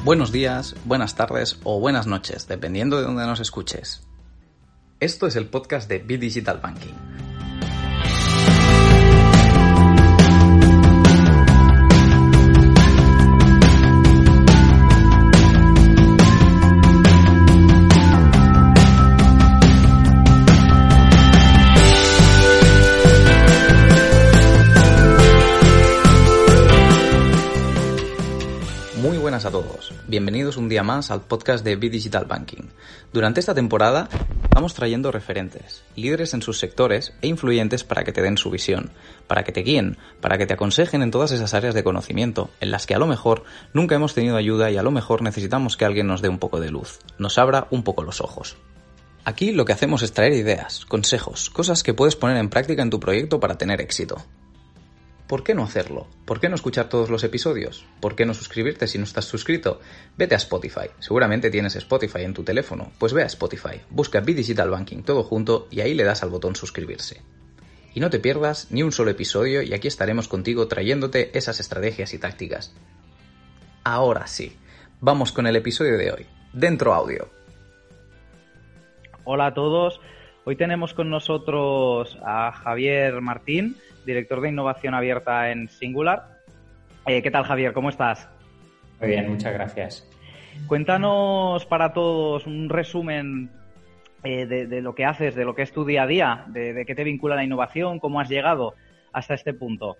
Buenos días, buenas tardes o buenas noches, dependiendo de dónde nos escuches. Esto es el podcast de Be Digital Banking. A todos. Bienvenidos un día más al podcast de Be Digital Banking. Durante esta temporada vamos trayendo referentes, líderes en sus sectores e influyentes para que te den su visión, para que te guíen, para que te aconsejen en todas esas áreas de conocimiento en las que a lo mejor nunca hemos tenido ayuda y a lo mejor necesitamos que alguien nos dé un poco de luz, nos abra un poco los ojos. Aquí lo que hacemos es traer ideas, consejos, cosas que puedes poner en práctica en tu proyecto para tener éxito. ¿Por qué no hacerlo? ¿Por qué no escuchar todos los episodios? ¿Por qué no suscribirte si no estás suscrito? Vete a Spotify. Seguramente tienes Spotify en tu teléfono. Pues ve a Spotify, busca Be Digital Banking todo junto y ahí le das al botón suscribirse. Y no te pierdas ni un solo episodio y aquí estaremos contigo trayéndote esas estrategias y tácticas. Ahora sí, vamos con el episodio de hoy. Dentro audio. Hola a todos. Hoy tenemos con nosotros a Javier Martín, director de innovación abierta en Singular. ¿Qué tal, Javier? ¿Cómo estás? Muy bien, muchas gracias. Cuéntanos para todos un resumen de lo que haces, de lo que es tu día a día, de qué te vincula la innovación, cómo has llegado hasta este punto.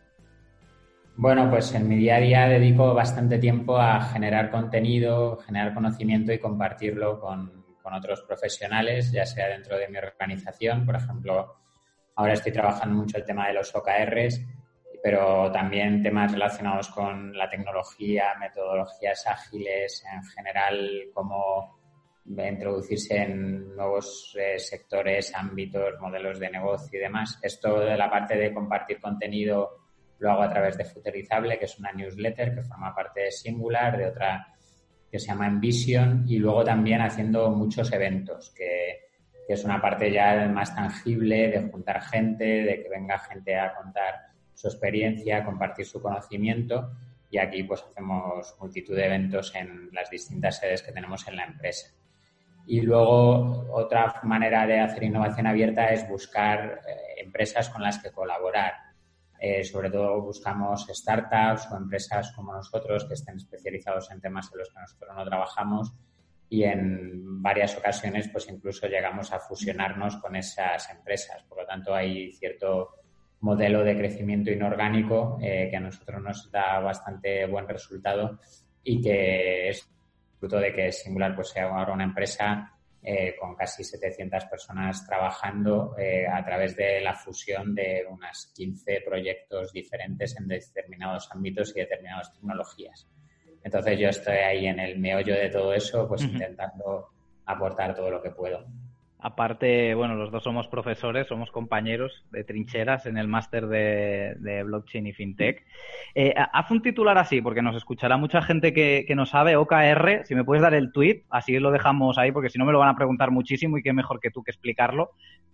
Bueno, pues en mi día a día dedico bastante tiempo a generar contenido, generar conocimiento y compartirlo con otros profesionales, ya sea dentro de mi organización. Por ejemplo, ahora estoy trabajando mucho el tema de los OKRs, pero también temas relacionados con la tecnología, metodologías ágiles, en general, cómo introducirse en nuevos sectores, ámbitos, modelos de negocio y demás. Esto de la parte de compartir contenido lo hago a través de Futurizable, que es una newsletter que forma parte de Singular, de otra que se llama Envision, y luego también haciendo muchos eventos, que es una parte ya más tangible de juntar gente, de que venga gente a contar su experiencia, a compartir su conocimiento, y aquí pues hacemos multitud de eventos en las distintas sedes que tenemos en la empresa. Y luego otra manera de hacer innovación abierta es buscar empresas con las que colaborar. Sobre todo buscamos startups o empresas como nosotros que estén especializados en temas en los que nosotros no trabajamos, y en varias ocasiones pues incluso llegamos a fusionarnos con esas empresas. Por lo tanto, hay cierto modelo de crecimiento inorgánico que a nosotros nos da bastante buen resultado y que es fruto de que Singular pues sea ahora una empresa con casi 700 personas trabajando a través de la fusión de unas 15 proyectos diferentes en determinados ámbitos y determinadas tecnologías. Entonces yo estoy ahí en el meollo de todo eso, pues intentando aportar todo lo que puedo. Aparte, bueno, los dos somos profesores, somos compañeros de trincheras en el máster de blockchain y fintech. Haz un titular así, porque nos escuchará mucha gente que no sabe, OKR, si me puedes dar el tweet, así lo dejamos ahí, porque si no me lo van a preguntar muchísimo y qué mejor que tú que explicarlo.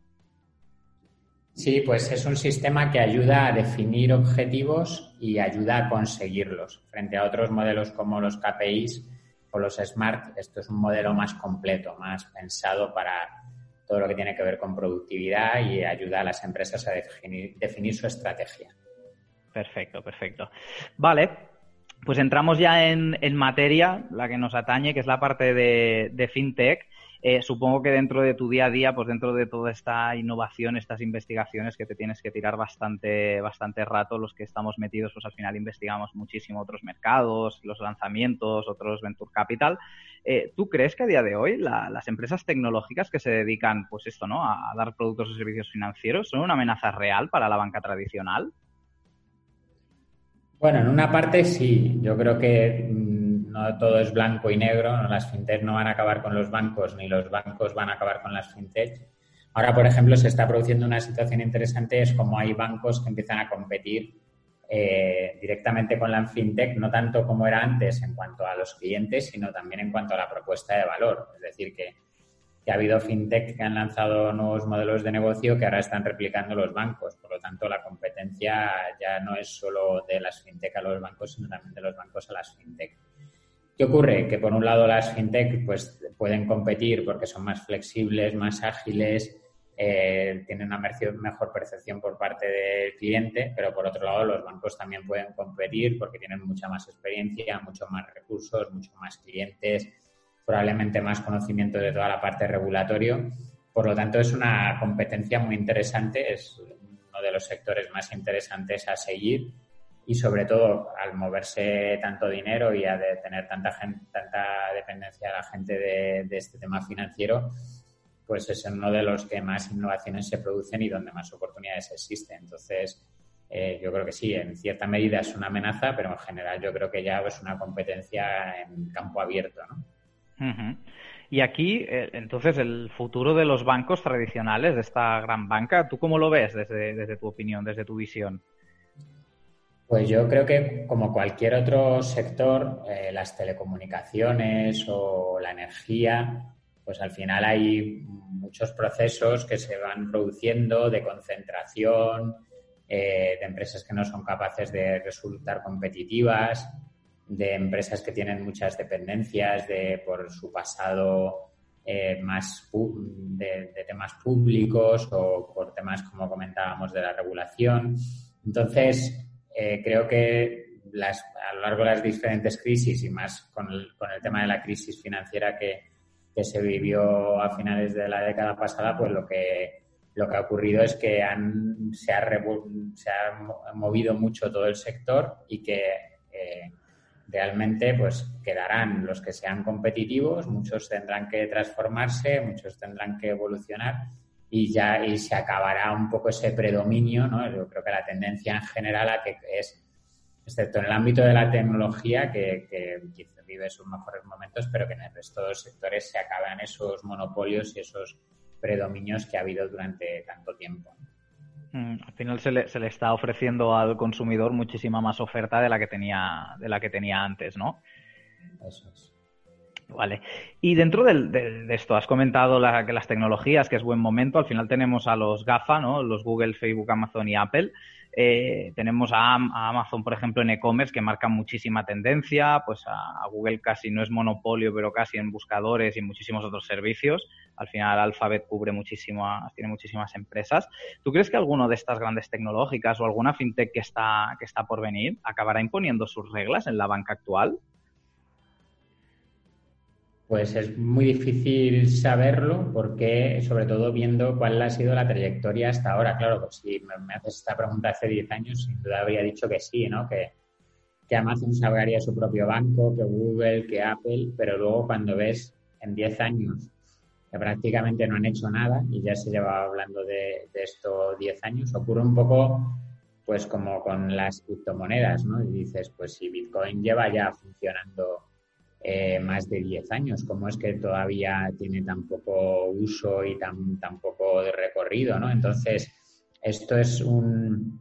Sí, pues es un sistema que ayuda a definir objetivos y ayuda a conseguirlos. Frente a otros modelos como los KPIs o los SMART, esto es un modelo más completo, más pensado para todo lo que tiene que ver con productividad y ayuda a las empresas a definir su estrategia. Perfecto. Vale, pues entramos ya en materia, la que nos atañe, que es la parte de fintech. Supongo que dentro de tu día a día, pues dentro de toda esta innovación, estas investigaciones que te tienes que tirar bastante rato, los que estamos metidos, pues al final investigamos muchísimo otros mercados, los lanzamientos, otros venture capital. ¿Tú crees que a día de hoy las empresas tecnológicas que se dedican, pues esto, ¿no?, a dar productos o servicios financieros son una amenaza real para la banca tradicional? Bueno, en una parte sí. Yo creo que no todo es blanco y negro. ¿No? Las fintech no van a acabar con los bancos, ni los bancos van a acabar con las fintech. Ahora, por ejemplo, se está produciendo una situación interesante, es como hay bancos que empiezan a competir directamente con la fintech, no tanto como era antes en cuanto a los clientes, sino también en cuanto a la propuesta de valor. Es decir, que ha habido fintech que han lanzado nuevos modelos de negocio que ahora están replicando los bancos. Por lo tanto, la competencia ya no es solo de las fintech a los bancos, sino también de los bancos a las fintech. ¿Qué ocurre? Que por un lado las fintech pues pueden competir porque son más flexibles, más ágiles, tienen una mejor percepción por parte del cliente, pero por otro lado los bancos también pueden competir porque tienen mucha más experiencia, mucho más recursos, mucho más clientes, probablemente más conocimiento de toda la parte regulatorio. Por lo tanto, es una competencia muy interesante, es uno de los sectores más interesantes a seguir y, sobre todo, al moverse tanto dinero y a tener tanta dependencia de la gente de este tema financiero, pues es uno de los que más innovaciones se producen y donde más oportunidades existen. Entonces, yo creo que sí, en cierta medida es una amenaza, pero en general yo creo que ya es una competencia en campo abierto, ¿no? Uh-huh. Y aquí, entonces, el futuro de los bancos tradicionales, de esta gran banca, ¿tú cómo lo ves desde tu opinión, desde tu visión? Pues yo creo que, como cualquier otro sector, las telecomunicaciones o la energía, pues al final hay muchos procesos que se van produciendo de concentración, de empresas que no son capaces de resultar competitivas, de empresas que tienen muchas dependencias por su pasado más de temas públicos o por temas, como comentábamos, de la regulación. Entonces, creo que a lo largo de las diferentes crisis y más con el tema de la crisis financiera que se vivió a finales de la década pasada, pues lo que ha ocurrido es que se ha movido mucho todo el sector y que realmente pues quedarán los que sean competitivos, muchos tendrán que transformarse, muchos tendrán que evolucionar y se acabará un poco ese predominio, ¿no? Yo creo que la tendencia en general a que es, excepto en el ámbito de la tecnología, que quizás vive sus mejores momentos, pero que en el resto de los sectores se acaban esos monopolios y esos predominios que ha habido durante tanto tiempo. Al final se le está ofreciendo al consumidor muchísima más oferta de la que tenía antes, ¿no? Eso es. Vale. Y dentro de esto, has comentado que las tecnologías, que es buen momento. Al final tenemos a los GAFA, ¿no? Los Google, Facebook, Amazon y Apple. Tenemos a Amazon, por ejemplo, en e-commerce, que marca muchísima tendencia. Pues a Google casi no es monopolio, pero casi en buscadores y muchísimos otros servicios. Al final Alphabet tiene muchísimas empresas. ¿Tú crees que alguno de estas grandes tecnológicas o alguna fintech que está por venir acabará imponiendo sus reglas en la banca actual? Pues es muy difícil saberlo porque, sobre todo, viendo cuál ha sido la trayectoria hasta ahora. Claro, pues si me haces esta pregunta hace 10 años, sin duda habría dicho que sí, ¿no? Que Amazon sacaría su propio banco, que Google, que Apple, pero luego cuando ves en 10 años que prácticamente no han hecho nada y ya se lleva hablando de esto 10 años, ocurre un poco pues como con las criptomonedas, ¿no? Y dices, pues si Bitcoin lleva ya funcionando más de 10 años, ¿cómo es que todavía tiene tan poco uso y tan poco de recorrido, ¿no? Entonces, esto es una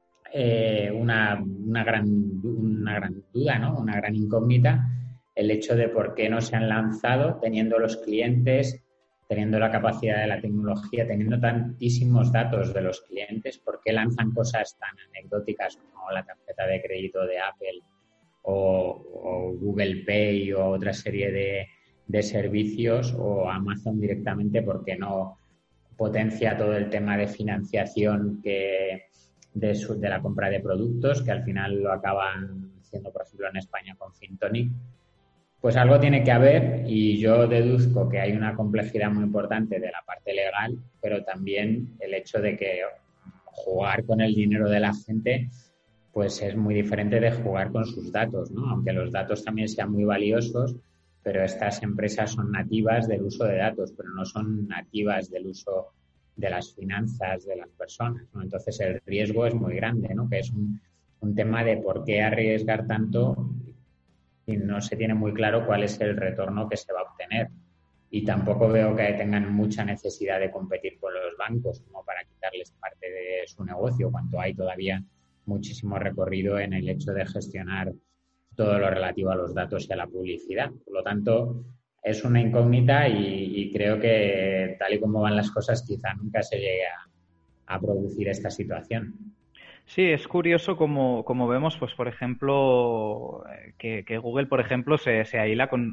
gran duda, ¿no? Una gran incógnita, el hecho de por qué no se han lanzado teniendo los clientes, teniendo la capacidad de la tecnología, teniendo tantísimos datos de los clientes, por qué lanzan cosas tan anecdóticas como la tarjeta de crédito de Apple o Google Pay o otra serie de servicios, o Amazon directamente porque no potencia todo el tema de financiación de la compra de productos, que al final lo acaban haciendo, por ejemplo, en España con Fintonic. Pues algo tiene que haber y yo deduzco que hay una complejidad muy importante de la parte legal, pero también el hecho de que jugar con el dinero de la gente pues es muy diferente de jugar con sus datos, ¿no? Aunque los datos también sean muy valiosos, pero estas empresas son nativas del uso de datos, pero no son nativas del uso de las finanzas de las personas, ¿no? Entonces el riesgo es muy grande, ¿no? Que es un tema de por qué arriesgar tanto y no se tiene muy claro cuál es el retorno que se va a obtener. Y tampoco veo que tengan mucha necesidad de competir con los bancos como para quitarles parte de su negocio, cuanto hay todavía muchísimo recorrido en el hecho de gestionar todo lo relativo a los datos y a la publicidad. Por lo tanto, es una incógnita y creo que tal y como van las cosas quizá nunca se llegue a producir esta situación. Sí, es curioso como vemos, pues por ejemplo, que Google, por ejemplo, se ahila con,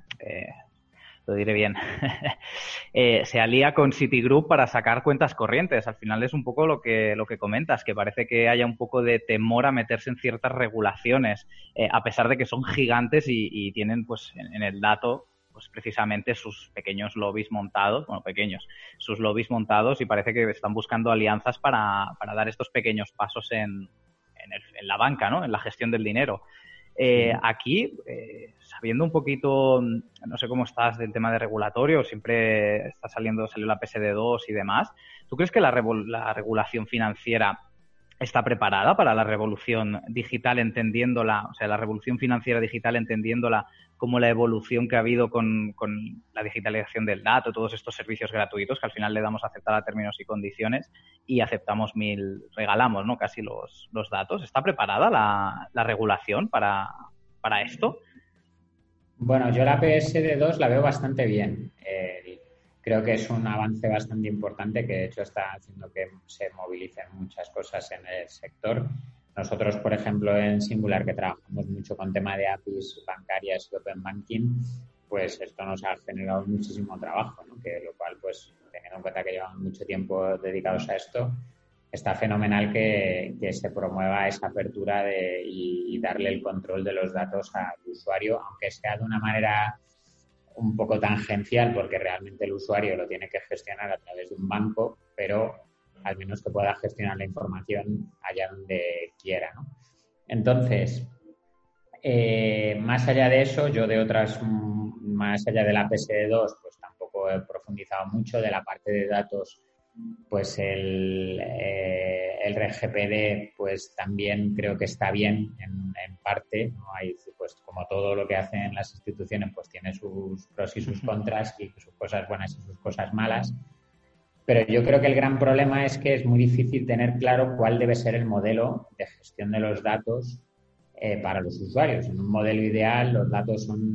lo diré bien, se alía con Citigroup para sacar cuentas corrientes. Al final es un poco lo que comentas, que parece que haya un poco de temor a meterse en ciertas regulaciones, a pesar de que son gigantes y tienen pues en el dato pues precisamente sus pequeños lobbies montados, bueno, pequeños, sus lobbies montados y parece que están buscando alianzas para dar estos pequeños pasos en la banca, ¿no? En la gestión del dinero. Aquí, sabiendo un poquito, no sé cómo estás del tema de regulatorio, siempre salió la PSD2 y demás, ¿tú crees que la regulación financiera está preparada para la revolución digital, entendiéndola, o sea, la revolución financiera digital, entendiéndola como la evolución que ha habido con la digitalización del dato, todos estos servicios gratuitos que al final le damos a aceptar a términos y condiciones y aceptamos regalamos, ¿no? Casi los datos. ¿Está preparada la regulación para esto? Bueno, yo la PSD2 la veo bastante bien. Creo que es un avance bastante importante que de hecho está haciendo que se movilicen muchas cosas en el sector. Nosotros, por ejemplo, en Singular, que trabajamos mucho con tema de APIs bancarias y Open Banking, pues esto nos ha generado muchísimo trabajo, ¿no? Que lo cual, pues teniendo en cuenta que llevan mucho tiempo dedicados a esto, está fenomenal que se promueva esa apertura y darle el control de los datos al usuario, aunque sea de una manera un poco tangencial, porque realmente el usuario lo tiene que gestionar a través de un banco, pero al menos que pueda gestionar la información allá donde quiera, ¿no? Entonces, más allá de eso, yo de otras, más allá de la PSD2, pues tampoco he profundizado mucho. De la parte de datos, pues el RGPD pues también creo que está bien en parte, ¿no? Hay, pues como todo lo que hacen las instituciones, pues tiene sus pros y sus contras y sus cosas buenas y sus cosas malas. Pero yo creo que el gran problema es que es muy difícil tener claro cuál debe ser el modelo de gestión de los datos para los usuarios. En un modelo ideal, los datos son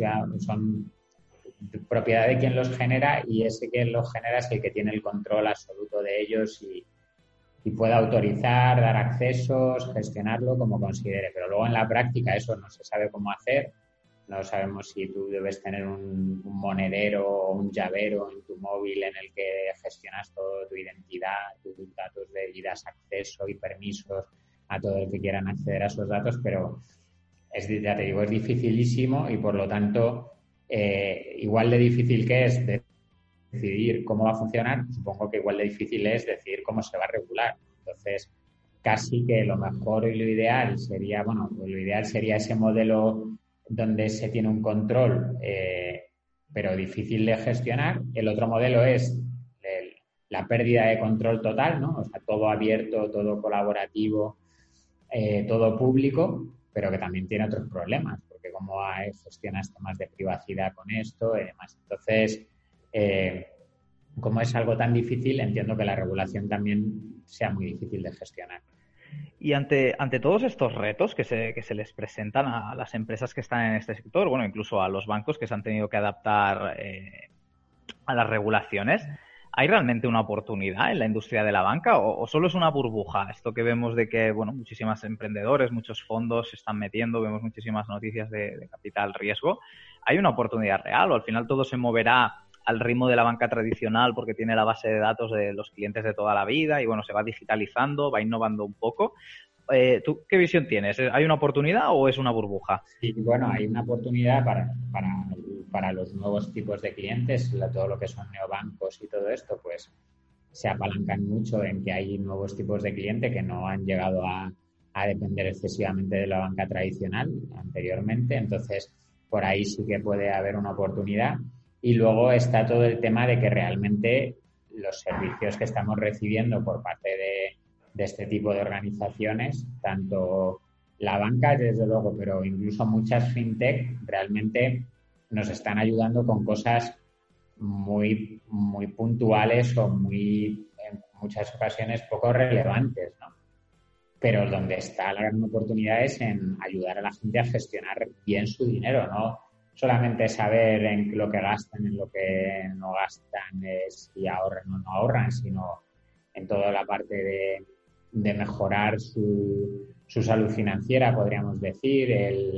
propiedad de quien los genera y ese que los genera es el que tiene el control absoluto de ellos y puede autorizar, dar accesos, gestionarlo como considere. Pero luego en la práctica eso no se sabe cómo hacer. No sabemos si tú debes tener un monedero o un llavero en tu móvil en el que gestionas toda tu identidad, tus datos y das acceso y permisos a todo el que quieran acceder a esos datos, pero ya te digo, es dificilísimo y por lo tanto, igual de difícil que es decidir cómo va a funcionar, supongo que igual de difícil es decidir cómo se va a regular. Entonces, casi que lo mejor y lo ideal sería, bueno, pues lo ideal sería ese modelo donde se tiene un control, pero difícil de gestionar. El otro modelo es la pérdida de control total, ¿no? O sea, todo abierto, todo colaborativo, todo público, pero que también tiene otros problemas, porque cómo gestionas temas de privacidad con esto y demás. Entonces, como es algo tan difícil, entiendo que la regulación también sea muy difícil de gestionar. Y ante todos estos retos que se les presentan a las empresas que están en este sector, bueno, incluso a los bancos que se han tenido que adaptar a las regulaciones, ¿hay realmente una oportunidad en la industria de la banca o solo es una burbuja? Esto que vemos de que, bueno, muchísimos emprendedores, muchos fondos se están metiendo, vemos muchísimas noticias de capital riesgo. ¿Hay una oportunidad real o al final todo se moverá al ritmo de la banca tradicional porque tiene la base de datos de los clientes de toda la vida y, bueno, se va digitalizando, va innovando un poco? ¿Tú qué visión tienes? ¿Hay una oportunidad o es una burbuja? Sí, bueno, hay una oportunidad para los nuevos tipos de clientes, todo lo que son neobancos y todo esto, pues se apalancan mucho en que hay nuevos tipos de cliente que no han llegado a depender excesivamente de la banca tradicional anteriormente. Entonces, por ahí sí que puede haber una oportunidad. Y luego está todo el tema de que realmente los servicios que estamos recibiendo por parte de este tipo de organizaciones, tanto la banca, desde luego, pero incluso muchas fintech realmente nos están ayudando con cosas muy, muy puntuales o muy, en muchas ocasiones, poco relevantes, ¿no? Pero donde está la gran oportunidad es en ayudar a la gente a gestionar bien su dinero, ¿no? Solamente saber en lo que gastan, en lo que no gastan, si ahorran o no ahorran, sino en toda la parte de mejorar su salud financiera, podríamos decir,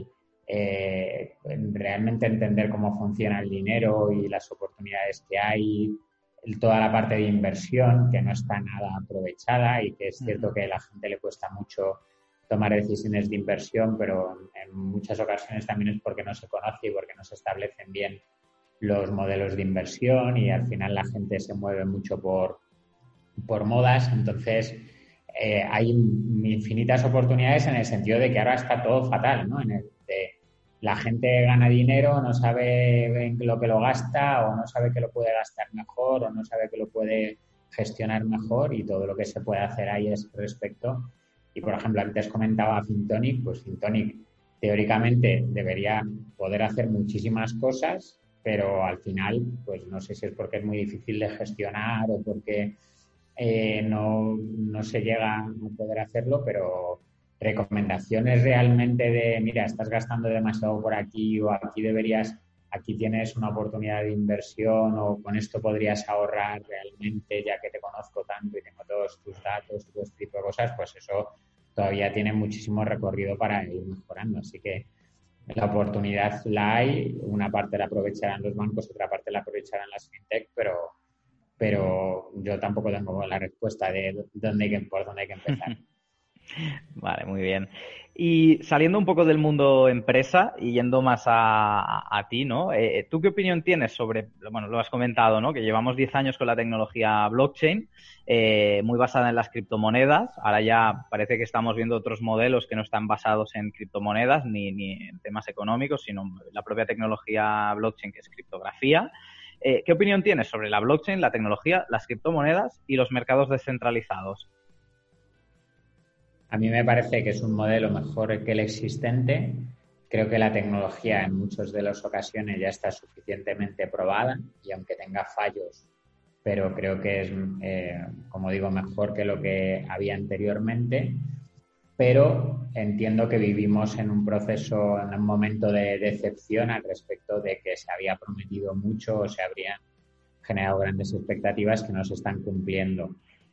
realmente entender cómo funciona el dinero y las oportunidades que hay, toda la parte de inversión que no está nada aprovechada y que es cierto que a la gente le cuesta mucho tomar decisiones de inversión, pero en muchas ocasiones también es porque no se conoce y porque no se establecen bien los modelos de inversión y al final la gente se mueve mucho por modas. Entonces, hay infinitas oportunidades en el sentido de que ahora está todo fatal, ¿no? La gente gana dinero, no sabe en lo que lo gasta o no sabe que lo puede gastar mejor o no sabe que lo puede gestionar mejor y todo lo que se puede hacer ahí es respecto. Y, por ejemplo, antes comentaba FinTonic, pues FinTonic teóricamente debería poder hacer muchísimas cosas, pero al final, pues no sé si es porque es muy difícil de gestionar o porque no se llega a poder hacerlo, pero recomendaciones realmente de, mira, estás gastando demasiado por aquí o aquí tienes una oportunidad de inversión o con esto podrías ahorrar realmente ya que te conozco tanto y tengo todos tus datos y todo este tipo de cosas, pues eso todavía tiene muchísimo recorrido para ir mejorando. Así que la oportunidad la hay, una parte la aprovecharán los bancos, otra parte la aprovecharán las fintech, pero yo tampoco tengo la respuesta de por dónde hay que empezar. Vale, muy bien. Y saliendo un poco del mundo empresa y yendo más a ti, ¿no? ¿Tú qué opinión tienes sobre, bueno, lo has comentado, ¿no? Que llevamos 10 años con la tecnología blockchain, muy basada en las criptomonedas. Ahora ya parece que estamos viendo otros modelos que no están basados en criptomonedas ni en temas económicos, sino la propia tecnología blockchain, que es criptografía. ¿Qué opinión tienes sobre la blockchain, la tecnología, las criptomonedas y los mercados descentralizados? A mí me parece que es un modelo mejor que el existente. Creo que la tecnología en muchas de las ocasiones ya está suficientemente probada y aunque tenga fallos, pero creo que es, como digo, mejor que lo que había anteriormente. Pero entiendo que vivimos en un proceso, en un momento de decepción al respecto de que se había prometido mucho o se habrían generado grandes expectativas que no se están cumpliendo.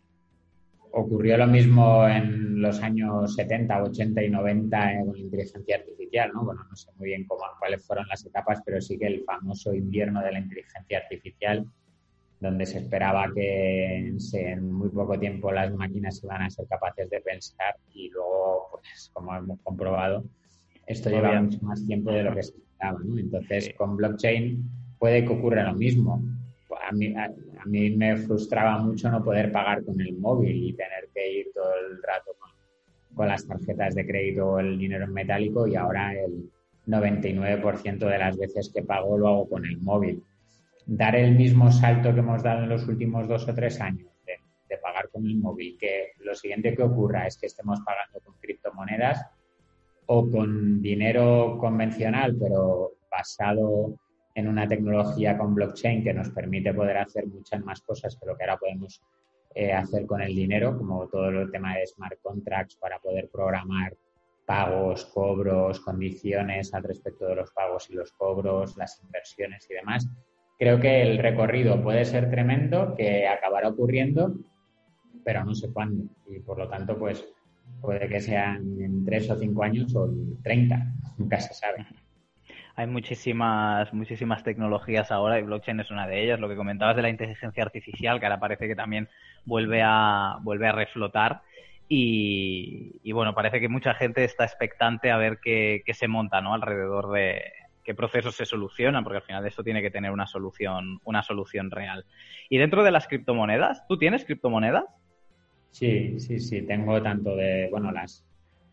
Ocurrió lo mismo en los años 70, 80 y 90 con la inteligencia artificial, ¿no? Bueno, no sé muy bien cuáles fueron las etapas, pero sí que el famoso invierno de la inteligencia artificial, donde se esperaba que en muy poco tiempo las máquinas iban a ser capaces de pensar y luego, pues, como hemos comprobado, esto lleva mucho más tiempo de lo que se esperaba, ¿no? Entonces, con blockchain puede que ocurra lo mismo. A mí me frustraba mucho no poder pagar con el móvil y tener que ir todo el rato con las tarjetas de crédito o el dinero en metálico y ahora el 99% de las veces que pago lo hago con el móvil. Dar el mismo salto que hemos dado en los últimos 2 o 3 años de pagar con el móvil, que lo siguiente que ocurra es que estemos pagando con criptomonedas o con dinero convencional, pero basado en una tecnología con blockchain que nos permite poder hacer muchas más cosas que lo que ahora podemos hacer con el dinero, como todo el tema de smart contracts para poder programar pagos, cobros, condiciones al respecto de los pagos y los cobros, las inversiones y demás. Creo que el recorrido puede ser tremendo, que acabará ocurriendo, pero no sé cuándo. Y por lo tanto, pues puede que sean en 3 o 5 años o en 30, nunca se sabe. Hay muchísimas tecnologías ahora y blockchain es una de ellas. Lo que comentabas de la inteligencia artificial, que ahora parece que también vuelve a reflotar. Y bueno, parece que mucha gente está expectante a ver qué se monta, ¿no? Alrededor de qué procesos se solucionan, porque al final esto tiene que tener una solución real. Y dentro de las criptomonedas, ¿tú tienes criptomonedas? Sí. Tengo tanto de, bueno, las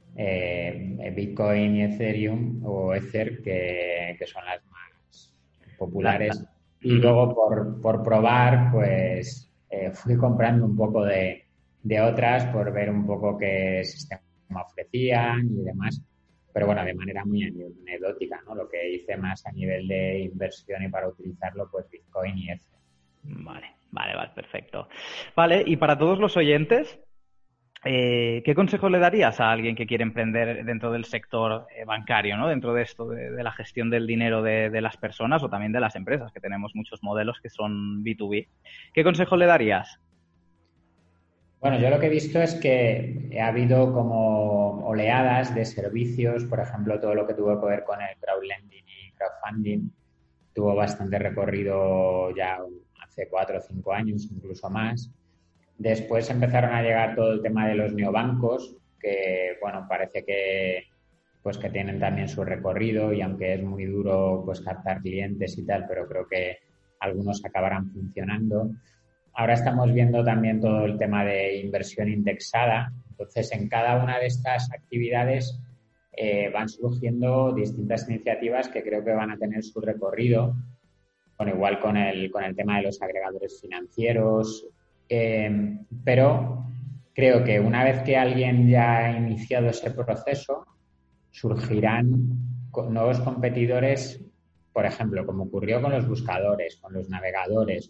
Bitcoin y Ethereum o Ether, que son las más populares. Y luego por probar, pues fui comprando un poco de otras por ver un poco qué sistema ofrecían y demás. Pero bueno, de manera muy anecdótica, ¿no? Lo que hice más a nivel de inversión y para utilizarlo, pues Bitcoin y Ether. Vale, perfecto. Vale, y para todos los oyentes, ¿qué consejo le darías a alguien que quiere emprender dentro del sector bancario, ¿no? Dentro de esto de la gestión del dinero de las personas o también de las empresas, que tenemos muchos modelos que son B2B. ¿Qué consejo le darías? Bueno, yo lo que he visto es que ha habido como oleadas de servicios, por ejemplo, todo lo que tuvo que ver con el crowdlending y crowdfunding tuvo bastante recorrido ya hace 4 o 5 años, incluso más. Después empezaron a llegar todo el tema de los neobancos, que bueno, parece que pues que tienen también su recorrido y aunque es muy duro pues captar clientes y tal, pero creo que algunos acabarán funcionando. Ahora estamos viendo también todo el tema de inversión indexada. Entonces, en cada una de estas actividades van surgiendo distintas iniciativas que creo que van a tener su recorrido, igual con el tema de los agregadores financieros. Pero creo que una vez que alguien ya ha iniciado ese proceso, surgirán nuevos competidores, por ejemplo, como ocurrió con los buscadores, con los navegadores,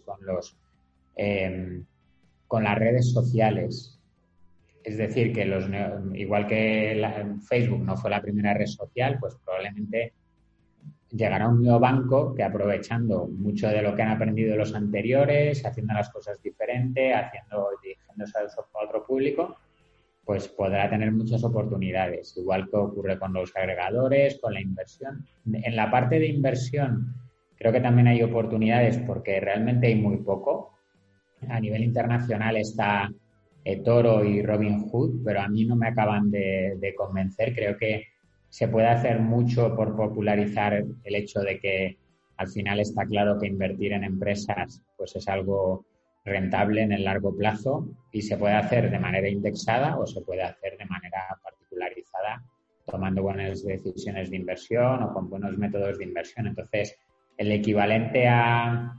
con las redes sociales. Es decir, que igual que Facebook no fue la primera red social, pues probablemente llegará un nuevo banco que, aprovechando mucho de lo que han aprendido los anteriores, haciendo las cosas diferentes, dirigiéndose a otro público, pues podrá tener muchas oportunidades, igual que ocurre con los agregadores, con la inversión. En la parte de inversión creo que también hay oportunidades porque realmente hay muy poco. A nivel internacional está Toro y Robinhood, pero a mí no me acaban de convencer. Creo que se puede hacer mucho por popularizar el hecho de que al final está claro que invertir en empresas pues es algo rentable en el largo plazo y se puede hacer de manera indexada o se puede hacer de manera particularizada, tomando buenas decisiones de inversión o con buenos métodos de inversión. Entonces, el equivalente a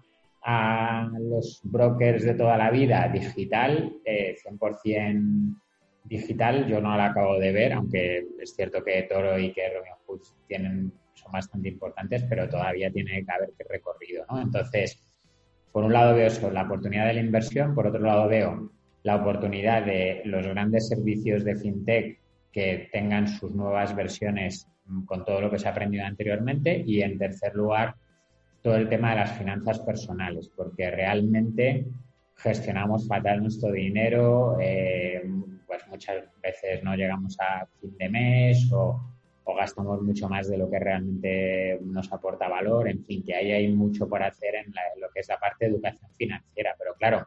los brokers de toda la vida digital, 100% digital, yo no la acabo de ver, aunque es cierto que Toro y que Robinhood son bastante importantes, pero todavía tiene que haber recorrido, ¿no? Entonces, por un lado veo eso, la oportunidad de la inversión, por otro lado veo la oportunidad de los grandes servicios de fintech que tengan sus nuevas versiones con todo lo que se ha aprendido anteriormente, y en tercer lugar todo el tema de las finanzas personales, porque realmente gestionamos fatal nuestro dinero, pues muchas veces no llegamos a fin de mes o gastamos mucho más de lo que realmente nos aporta valor. En fin, que ahí hay mucho por hacer en lo que es la parte de educación financiera, pero claro,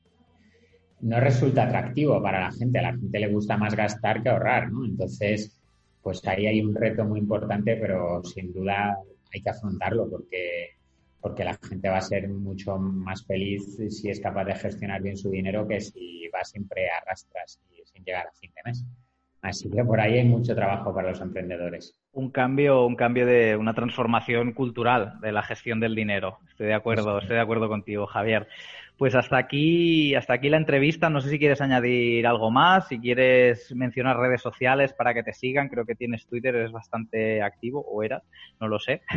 no resulta atractivo para la gente. A la gente le gusta más gastar que ahorrar, ¿no? Entonces, pues ahí hay un reto muy importante, pero sin duda hay que afrontarlo porque la gente va a ser mucho más feliz si es capaz de gestionar bien su dinero que si va siempre a rastras y sin llegar a fin de mes. Así que por ahí hay mucho trabajo para los emprendedores. Un cambio de una transformación cultural de la gestión del dinero. Estoy de acuerdo contigo, Javier. Pues hasta aquí la entrevista. No sé si quieres añadir algo más, si quieres mencionar redes sociales para que te sigan. Creo que tienes Twitter, eres bastante activo, o eras, no lo sé.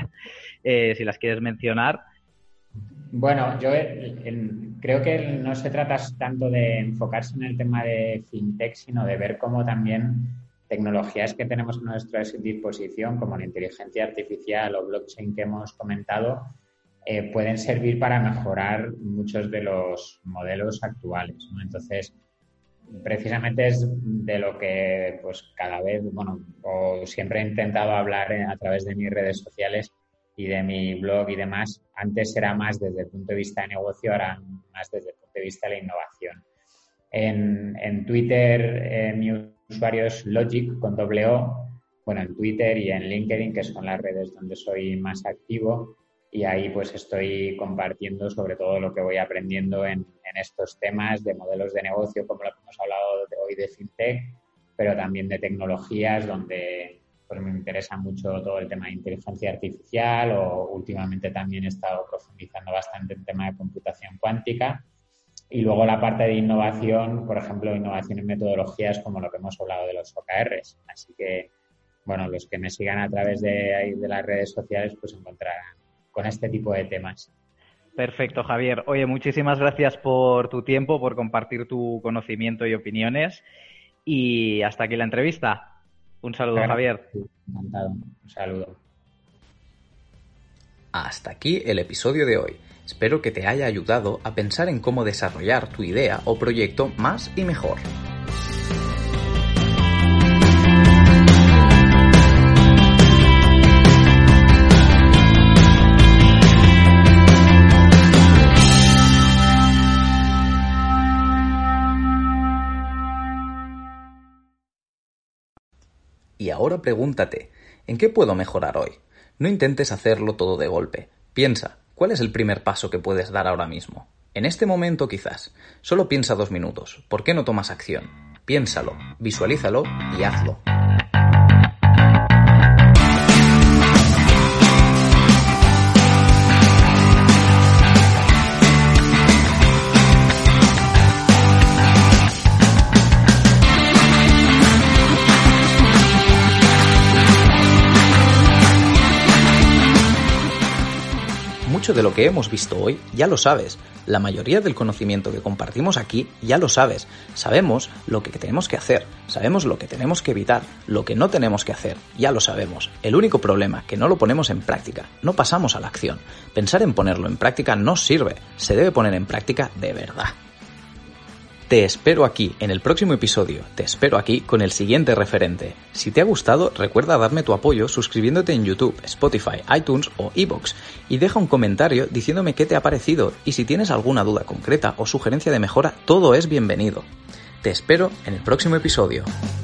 Si las quieres mencionar. Bueno, yo creo que no se trata tanto de enfocarse en el tema de fintech, sino de ver cómo también tecnologías que tenemos a nuestra disposición, como la inteligencia artificial o blockchain que hemos comentado, pueden servir para mejorar muchos de los modelos actuales, ¿no? Entonces, precisamente es de lo que pues cada vez, o siempre he intentado hablar a través de mis redes sociales y de mi blog y demás. Antes era más desde el punto de vista de negocio, ahora más desde el punto de vista de la innovación. En Twitter mi usuario es Logic con doble O, en Twitter y en LinkedIn, que son las redes donde soy más activo, y ahí pues estoy compartiendo sobre todo lo que voy aprendiendo en estos temas de modelos de negocio, como lo que hemos hablado hoy de fintech, pero también de tecnologías donde pues me interesa mucho todo el tema de inteligencia artificial, o últimamente también he estado profundizando bastante en el tema de computación cuántica. Y luego la parte de innovación, por ejemplo, innovación en metodologías como lo que hemos hablado de los OKRs. Así que, los que me sigan a través de las redes sociales pues encontrarán con este tipo de temas. Perfecto, Javier. Oye, muchísimas gracias por tu tiempo, por compartir tu conocimiento y opiniones. Y hasta aquí la entrevista. Un saludo, Claro. Javier. Encantado. Un saludo. Hasta aquí el episodio de hoy. Espero que te haya ayudado a pensar en cómo desarrollar tu idea o proyecto más y mejor. Y ahora pregúntate, ¿en qué puedo mejorar hoy? No intentes hacerlo todo de golpe. Piensa, ¿cuál es el primer paso que puedes dar ahora mismo? En este momento quizás. Solo piensa 2 minutos. ¿Por qué no tomas acción? Piénsalo, visualízalo y hazlo. Mucho de lo que hemos visto hoy ya lo sabes. La mayoría del conocimiento que compartimos aquí ya lo sabes. Sabemos lo que tenemos que hacer, sabemos lo que tenemos que evitar, lo que no tenemos que hacer, ya lo sabemos. El único problema es que no lo ponemos en práctica, no pasamos a la acción. Pensar en ponerlo en práctica no sirve, se debe poner en práctica de verdad. Te espero aquí en el próximo episodio, te espero aquí con el siguiente referente. Si te ha gustado, recuerda darme tu apoyo suscribiéndote en YouTube, Spotify, iTunes o iVoox y deja un comentario diciéndome qué te ha parecido y si tienes alguna duda concreta o sugerencia de mejora, todo es bienvenido. Te espero en el próximo episodio.